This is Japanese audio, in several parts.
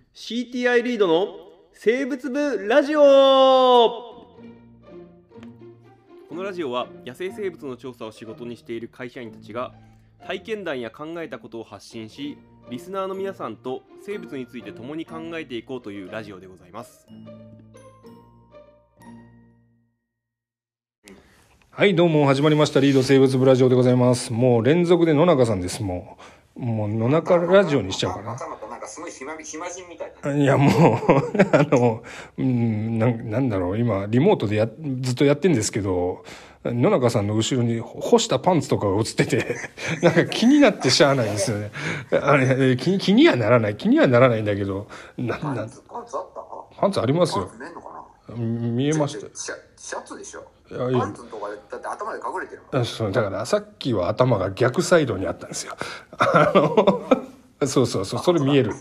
CTI リードの生物部ラジオ。このラジオは野生生物の調査を仕事にしている会社員たちが体験談や考えたことを発信し、リスナーの皆さんと生物について共に考えていこうというラジオでございます。 はい、どうも始まりましたリード生物部ラジオでございます。もう連続で野中さんです。もう野中ラジオにしちゃうかな。 なんかすごい暇人みたいな。 いやもうなんだろう、今リモートでずっとやってんですけど、野中さんの後ろに干したパンツとかが映っててなんか気になってしゃあないんですよね。あれ気にはならないんだけど、 パンツあった？ パンツありますよ。 パンツ見えんのかな？ 見えました。 シャツでしょ。 いやパンツのとこだって頭で隠れてるもん。 そうだからさっきは頭が逆サイドにあったんですよ。そうそれ見える。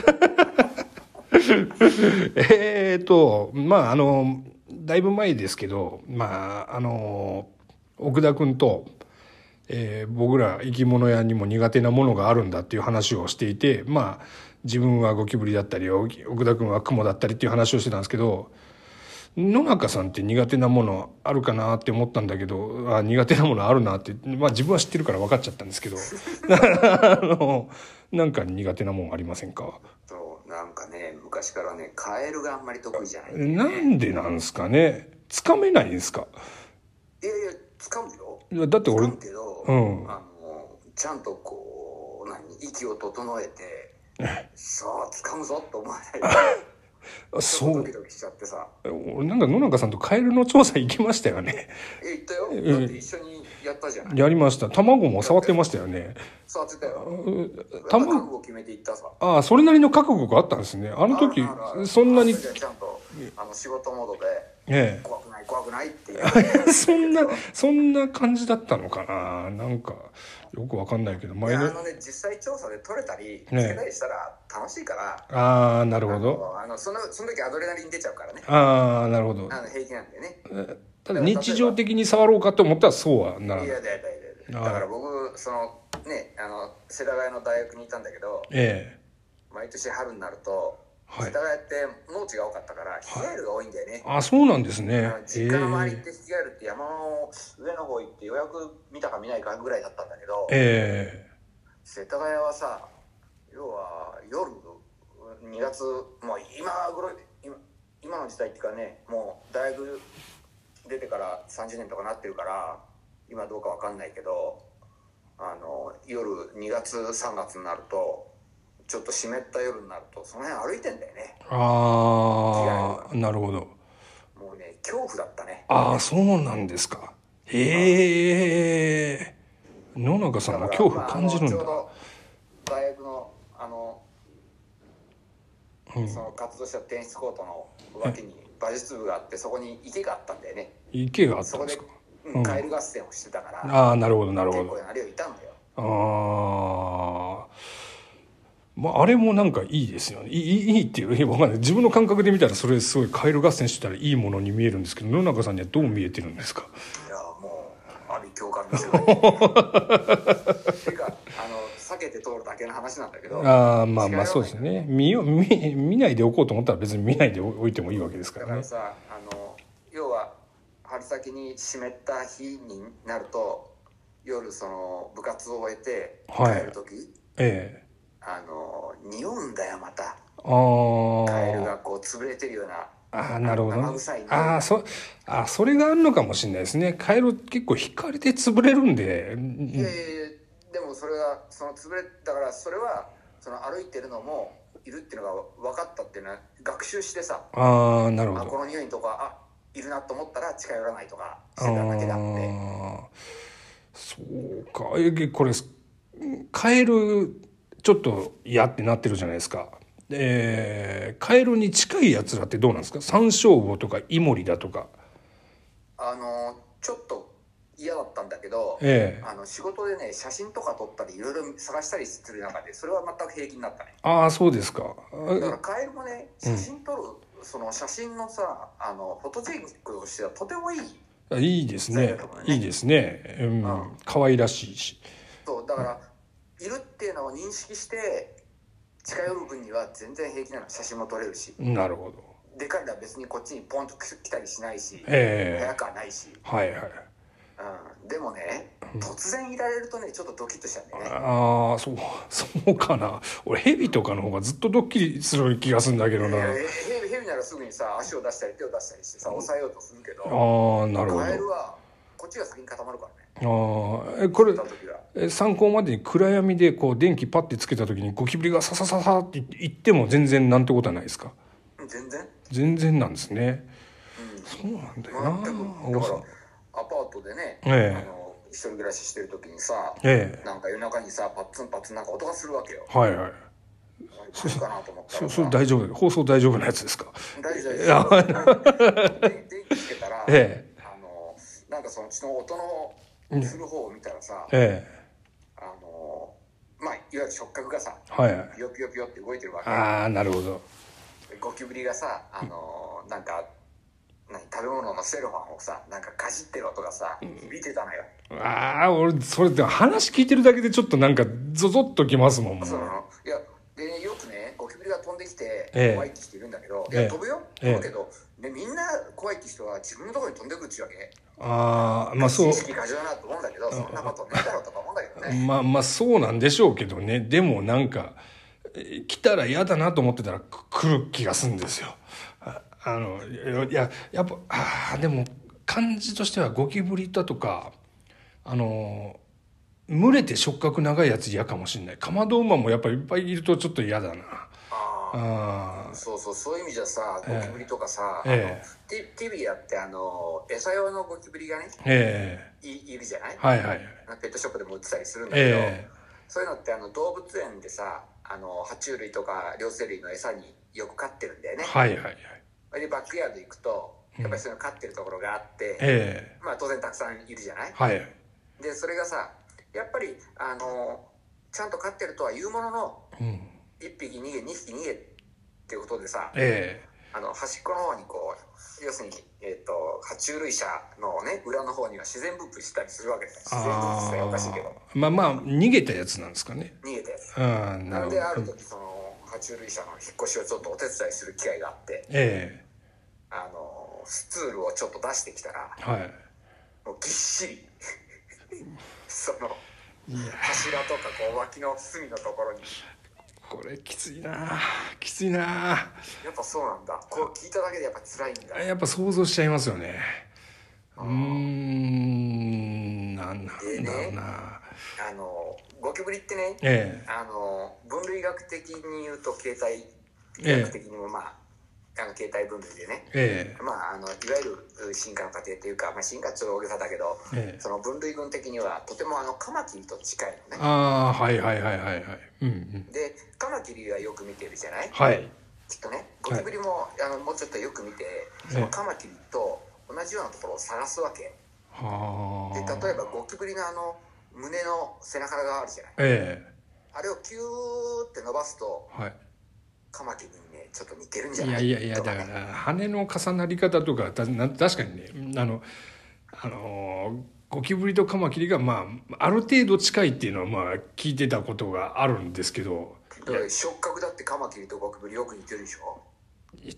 まあだいぶ前ですけど、奥田君と、僕ら生き物屋にも苦手なものがあるんだっていう話をしていて、まあ自分はゴキブリだったり奥田君はクモだったりっていう話をしてたんですけど、野中さんって苦手なものあるかなって思ったんだけど、苦手なものあるなって、まあ自分は知ってるから分かっちゃったんですけどなんか苦手なもんありませんか？ そうなんかね、昔からね、カエルがあんまり得意じゃない、 ね。なんでなんですかね。つかめないんですか？ いや掴むよ。 いやだって俺掴むけど、ちゃんとこう息を整えてさあ掴むぞと思わないとそうドキドキしちゃってさ。 俺なんか野中さんとカエルの調査行きましたよね。 行ったよ。だって一緒にやったじゃない。 やりました。卵も触ってましたよね。 触ってたよ。 覚悟を決めて行ったさ。 ああ、それなりの覚悟があったんですね。あの時そんなにちゃんと仕事モードで、 怖くないっていうそんな感じだったのかな。なんかよくわかんないけど、 実際調査で取れたりつけたりしたら楽しいから。 ああ、なるほど。 その時アドレナリン出ちゃうからね。 ああ、なるほど。 平気なんでね。 ただ日常的に触ろうかと思ったらそうはならない。 いやだから僕世田谷の大学にいたんだけど、毎年春になると世田谷って農地が多かったからヒガエルが多いんだよね。 あ、そうなんですね。 実家の周りってヒガエルって山の上の方行ってようやく見たか見ないかぐらいだったんだけど、世田谷はさ、要は夜2月、もう今の時代っていうかね、もう大学出てから30年とかなってるから今どうかわかんないけど、夜2月3月になるとちょっと湿った夜になるとその辺歩いてんだよね。 ああ、なるほど。 もうね、恐怖だったね。 ああ、そうなんですか。野中さんも恐怖感じるんだ。 ちょうど大学のその活動したテニスコートの脇に馬術部があって、そこに池があったんだよね。 池があったんですか？ そこでカエル合戦をしてたから。 ああ、なるほど。 結構あれはいたんだよ。 ああ、あれもなんかいいですよね。いいっていうわかんない。自分の感覚で見たらそれすごいカエル合戦してたらいいものに見えるんですけど、野中さんにはどう見えてるんですか？ いやもう阿鼻共感ですよね。てか避けて通るだけの話なんだけど。 まあそうですね。見ないでおこうと思ったら別に見ないでおいてもいいわけですからね。 だからさ、要は春先に湿った日になると夜その部活を終えて帰る時、匂うんだよまた。カエルがこう潰れてるような。 なるほど。 生臭いそれがあるのかもしれないですね。カエル結構引かれて潰れるんで。 いやでもそれはその潰れだから、それはその歩いてるのもいるっていうのが分かったっていうのは学習してさ。 なるほど。 この匂いとかいるなと思ったら近寄らないとかしてただけだって。 そうか。これカエルちょっと嫌ってなってるじゃないですか。カエルに近いやつらってどうなんですか？サンショウウオとかイモリだとか。 ちょっと嫌だったんだけど、仕事でね写真とか撮ったりいろいろ探したりする中でそれは全く平気になったね。 ああ、そうですか。 だからカエルもね、写真撮る、その写真のさフォトジェニックとしてはとてもいい。 いいですね。いいですね。可愛らしいし。 そうだから、いるっていうのを認識して近寄る分には全然平気なの、写真も撮れるし。 なるほど。 で彼らは別にこっちにポンと来たりしないし、早くはないし、 はいはい、 でもね、突然いられるとねちょっとドキッとしちゃうんだよね。 ああ、そうかな。俺ヘビとかの方がずっとドッキリする気がするんだけどな。 ヘビならすぐにさ足を出したり手を出したりしてさ抑えようとするけど、 ああなるほど。 カエルはこっちが先に固まるからね。 ああ、これ参考までに暗闇でこう電気パッてつけた時にゴキブリがササササっていっても全然なんてことはないですか？全然なんですね。そうなんだよな。 だからアパートでね、一人暮らししてる時にさ、なんか夜中にさパッツンパッツンなんか音がするわけよ。はいはい。それかなと思ったら、それ大丈夫、放送大丈夫なやつですか？ 大丈夫電気つけたら、なんかそのうちの音のする方を見たらさ、まあいわゆる触覚がさ、ピヨピヨピヨって動いてるわけ。 ああなるほど。 ゴキブリがさ、なんか食べ物のセロファンをさなんかかじってる音がさ響いてたのよ。 ああ俺それで話聞いてるだけでちょっとなんかゾゾッときますもん。 そうなの。いやで、ね、よくねゴキブリが飛んできて怖いって人いるんだけど、いや飛ぶよ、飛ぶけど、ね、みんな怖いって人は自分のところに飛んでくるっちゅうわけ。 ああまあそう。 意識過剰だなと思うんだけど、そんなことねえだろうとか思うんだけどね。 まあそうなんでしょうけどね。でもなんか来たら嫌だなと思ってたら来る気がするんですよ。いややっぱでも感じとしてはゴキブリだとか群れて触覚長いやつ嫌かもしれない。カマドウマもやっぱりいっぱいいるとちょっと嫌だな。 そういう意味じゃさゴキブリとかさ、ティビアって餌用のゴキブリがね、いるじゃない、はいはい、ペットショップでも売ってたりするんだけど、そういうのって動物園でさ爬虫類とか両生類の餌によく飼ってるんだよね。はいはいはい。でバックヤード行くとやっぱりそういうの飼ってるところがあって、まあ当然たくさんいるじゃない、はい、でそれがさやっぱりちゃんと飼ってるとは言うものの、1匹逃げ2匹逃げっていうことでさ、端っこの方にこう要するに、爬虫類舎のね裏の方には自然分布したりするわけです。自然分布したらおかしいけどまあ逃げたやつなんですかね。 逃げたやつ。なのである時その爬虫類舎の引っ越しをちょっとお手伝いする機会があって、スツールをちょっと出してきたら、もうぎっしりその柱とかこう脇の隅のところに。 これきついなやっぱそうなんだ。こう聞いただけでやっぱ辛いんだ。 やっぱ想像しちゃいますよね。なんだろうな。 ゴキブリってね、分類学的に言うと形態学的にもまあ形態分類でね、まあいわゆる進化の過程というか、まあ、進化っていう大げさだけど、その分類群的にはとてもカマキリと近いのね。 はい。 でカマキリはよく見てるじゃない。 はい。 きっとねゴキブリも、もうちょっとよく見てそのカマキリと同じようなところを探すわけ。で例えばゴキブリの胸の背中側あるじゃない。あれをキューって伸ばすと、カマキリにねちょっと似てるんじゃない。 いやだから羽の重なり方とか確かにねゴキブリとカマキリがまあある程度近いっていうのはまあ聞いてたことがあるんですけど、 触覚だってカマキリとゴキブリよく似てるでしょ。 違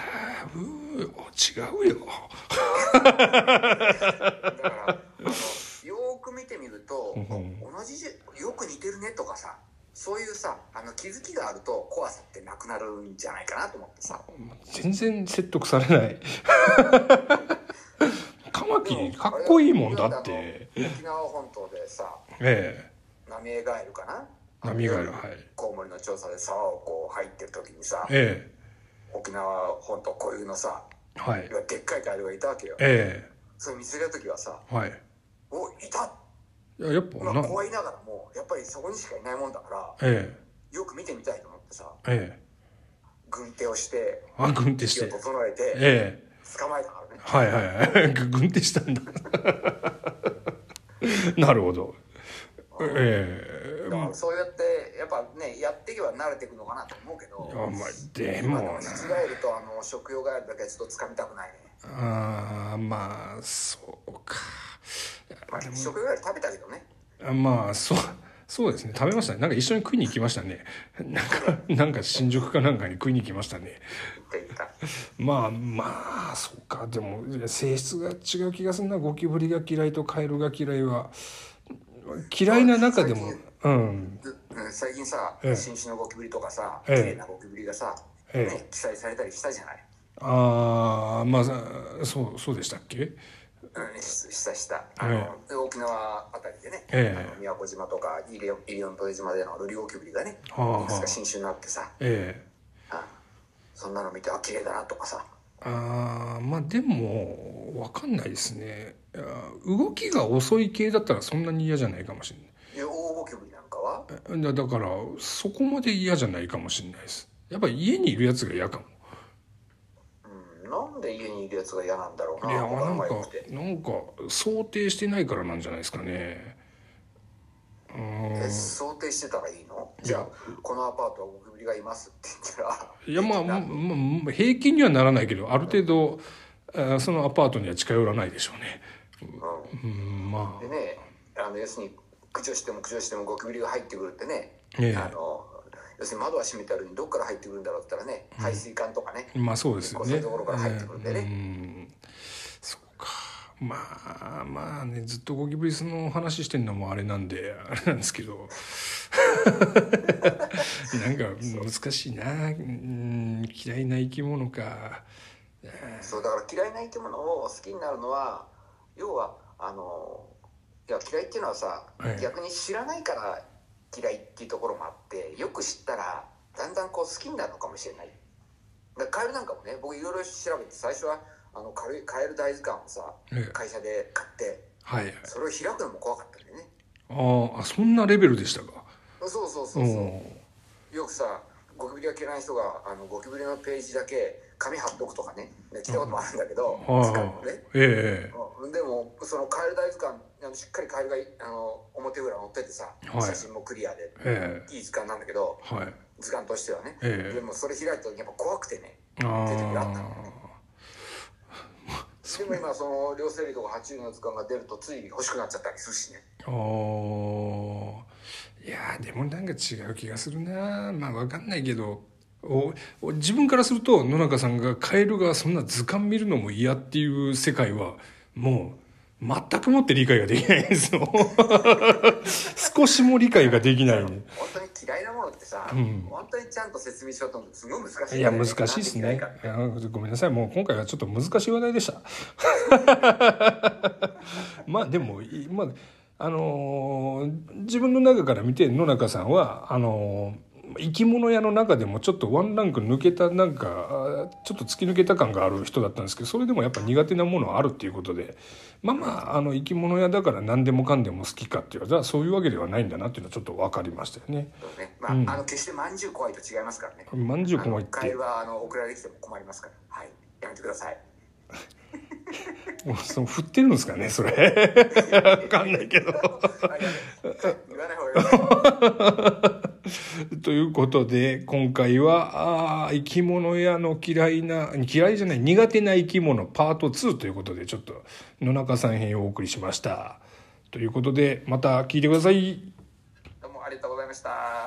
うよだからよく見てみると、同じよく似てるねとかさ、そういうさ気づきがあると怖さってなくなるんじゃないかなと思ってさ。 全然説得されないカマキリかっこいいもんだって。 沖縄本島でさ、ナミエガエルかな、 ナミエガエル、 コウモリの調査で沢をこう入ってる時にさ、沖縄本島固有のさ、でっかいカエルがいたわけよ。それ見つけた時はさ、おいた。 やっぱ怖いながらもやっぱりそこにしかいないもんだから、よく見てみたいと思ってさ、軍手をして軍手して整えて、捕まえたからね。 軍手したんだなるほど。 そうやってやっぱねやっていけば慣れていくのかなと思うけど、 でも間違えると食用ガエルだけはちょっと掴みたくないね。 まあそうか。 食用ガエル食べたけどね。 まあそそうですね、食べましたね。なんか一緒に食いに行きましたね。なんか新宿かなんかに食いに行きましたね。まあそうか。でも性質が違う気がするな。ゴキブリが嫌いとカエルが嫌いは。嫌いな中でも最近さ、新種のゴキブリとかさ、綺麗なゴキブリがさ、記載されたりしたじゃない。 ああ、まあそうでしたっけ。 した沖縄あたりでね、宮古島とか西表島でのルリゴキブリがね、新種になってさ、そんなの見て綺麗だなとかさ。 まあでも分かんないですね。動きが遅い系だったらそんなに嫌じゃないかもしれない。 大ゴキブリなんかはだからそこまで嫌じゃないかもしれないです。やっぱり家にいるやつが嫌かも。 なんで家にいるやつが嫌なんだろうな。 いやなんか想定してないからなんじゃないですかね。 想定してたらいいの？じゃあこのアパートはゴキブリがいますって言ったら、 いやまあ平均にはならないけど、ある程度そのアパートには近寄らないでしょうね。まあでね、要するに駆除してもゴキブリが入ってくるってね、要するに窓は閉めてあるのにどっから入ってくるんだろうって言ったらね、排水管とかね、 まあそうですよね。 そういうところから入ってくるんでね。 そうか。まあね、ずっとゴキブリの話してんのもあれなんであれなんですけどなんか難しいな。嫌いな生き物か。 そうだから嫌いな生き物を好きになるのは、要はいや嫌いっていうのはさ、逆に知らないから嫌いっていうところもあって、よく知ったらだんだんこう好きになるのかもしれない。だからカエルなんかもね、僕いろいろ調べて、最初はカエル大図鑑をさ、会社で買って、それを開くのも怖かったんだよね。 そんなレベルでしたか。 そうよくさ、ゴキブリが嫌いな人がゴキブリのページだけ紙貼っとくとかね、聞いたこともあるんだけど、でもそのカエル大図鑑、しっかりカエルが表裏載っててさ、写真もクリアで、いい図鑑なんだけど、図鑑としてはね、でもそれ開いた時やっぱ怖くてね、出てくるあったのね。でも今その両生類とか爬虫類の図鑑が出るとつい欲しくなっちゃったりするしね。 いやでもなんか違う気がするな。まあ分かんないけど、自分からすると野中さんがカエルがそんな図鑑見るのも嫌っていう世界はもう全くもって理解ができないんですよ少しも理解ができない、 本当に嫌いなものってさ、本当にちゃんと説明しようと思うとすごい難しい、ね、 いや難しいですね。ごめんなさい、もう今回はちょっと難しい話題でしたまあでも自分の中から見て野中さんは生き物屋の中でもちょっとワンランク抜けた、なんかちょっと突き抜けた感がある人だったんですけど、それでもやっぱ苦手なものはあるっていうことで、生き物屋だから何でもかんでも好きかっていうとそういうわけではないんだなっていうのはちょっと分かりましたよね。 そうね、決してまんじゅう怖いと違いますからね。 まんじゅう怖いってカエルは送られてきても困りますから、やめてくださいもう振ってるんですかねそれ分かんないけど言わない方がいいということで今回は生き物屋の苦手な生き物パート2ということで、ちょっと野中さん編をお送りしましたということで、また聞いてください。 どうもありがとうございました。